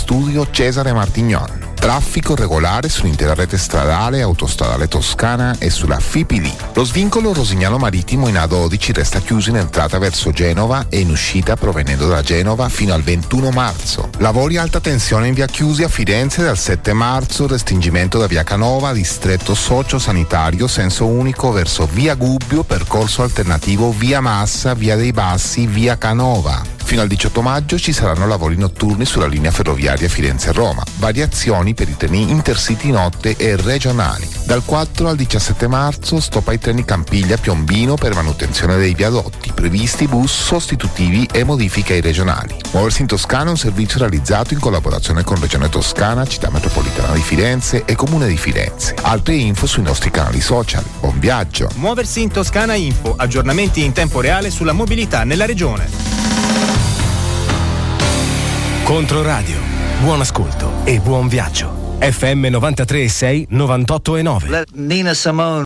studio Cesare Martignon. Traffico regolare sull'intera rete stradale e autostradale toscana e sulla FIPD. Lo svincolo Rosignano Marittimo in A12 resta chiuso in entrata verso Genova e in uscita provenendo da Genova fino al 21 marzo. Lavori alta tensione in via Chiusi a Firenze dal 7 marzo, restringimento da via Canova, distretto socio-sanitario, senso unico verso via Gubbio, percorso alternativo via Massa, via dei Bassi, via Canova. Fino al 18 maggio ci saranno lavori notturni sulla linea ferroviaria Firenze-Roma, variazioni per i treni intercity notte e regionali. Dal 4 al 17 marzo stop ai treni Campiglia-Piombino per manutenzione dei viadotti, previsti bus sostitutivi e modifiche ai regionali. Muoversi in Toscana è un servizio realizzato in collaborazione con Regione Toscana, Città Metropolitana di Firenze e Comune di Firenze. Altre info sui nostri canali social. Buon viaggio! Muoversi in Toscana Info, aggiornamenti in tempo reale sulla mobilità nella regione. Controradio, buon ascolto e buon viaggio. FM 93.6, 98.9. Let Nina Simone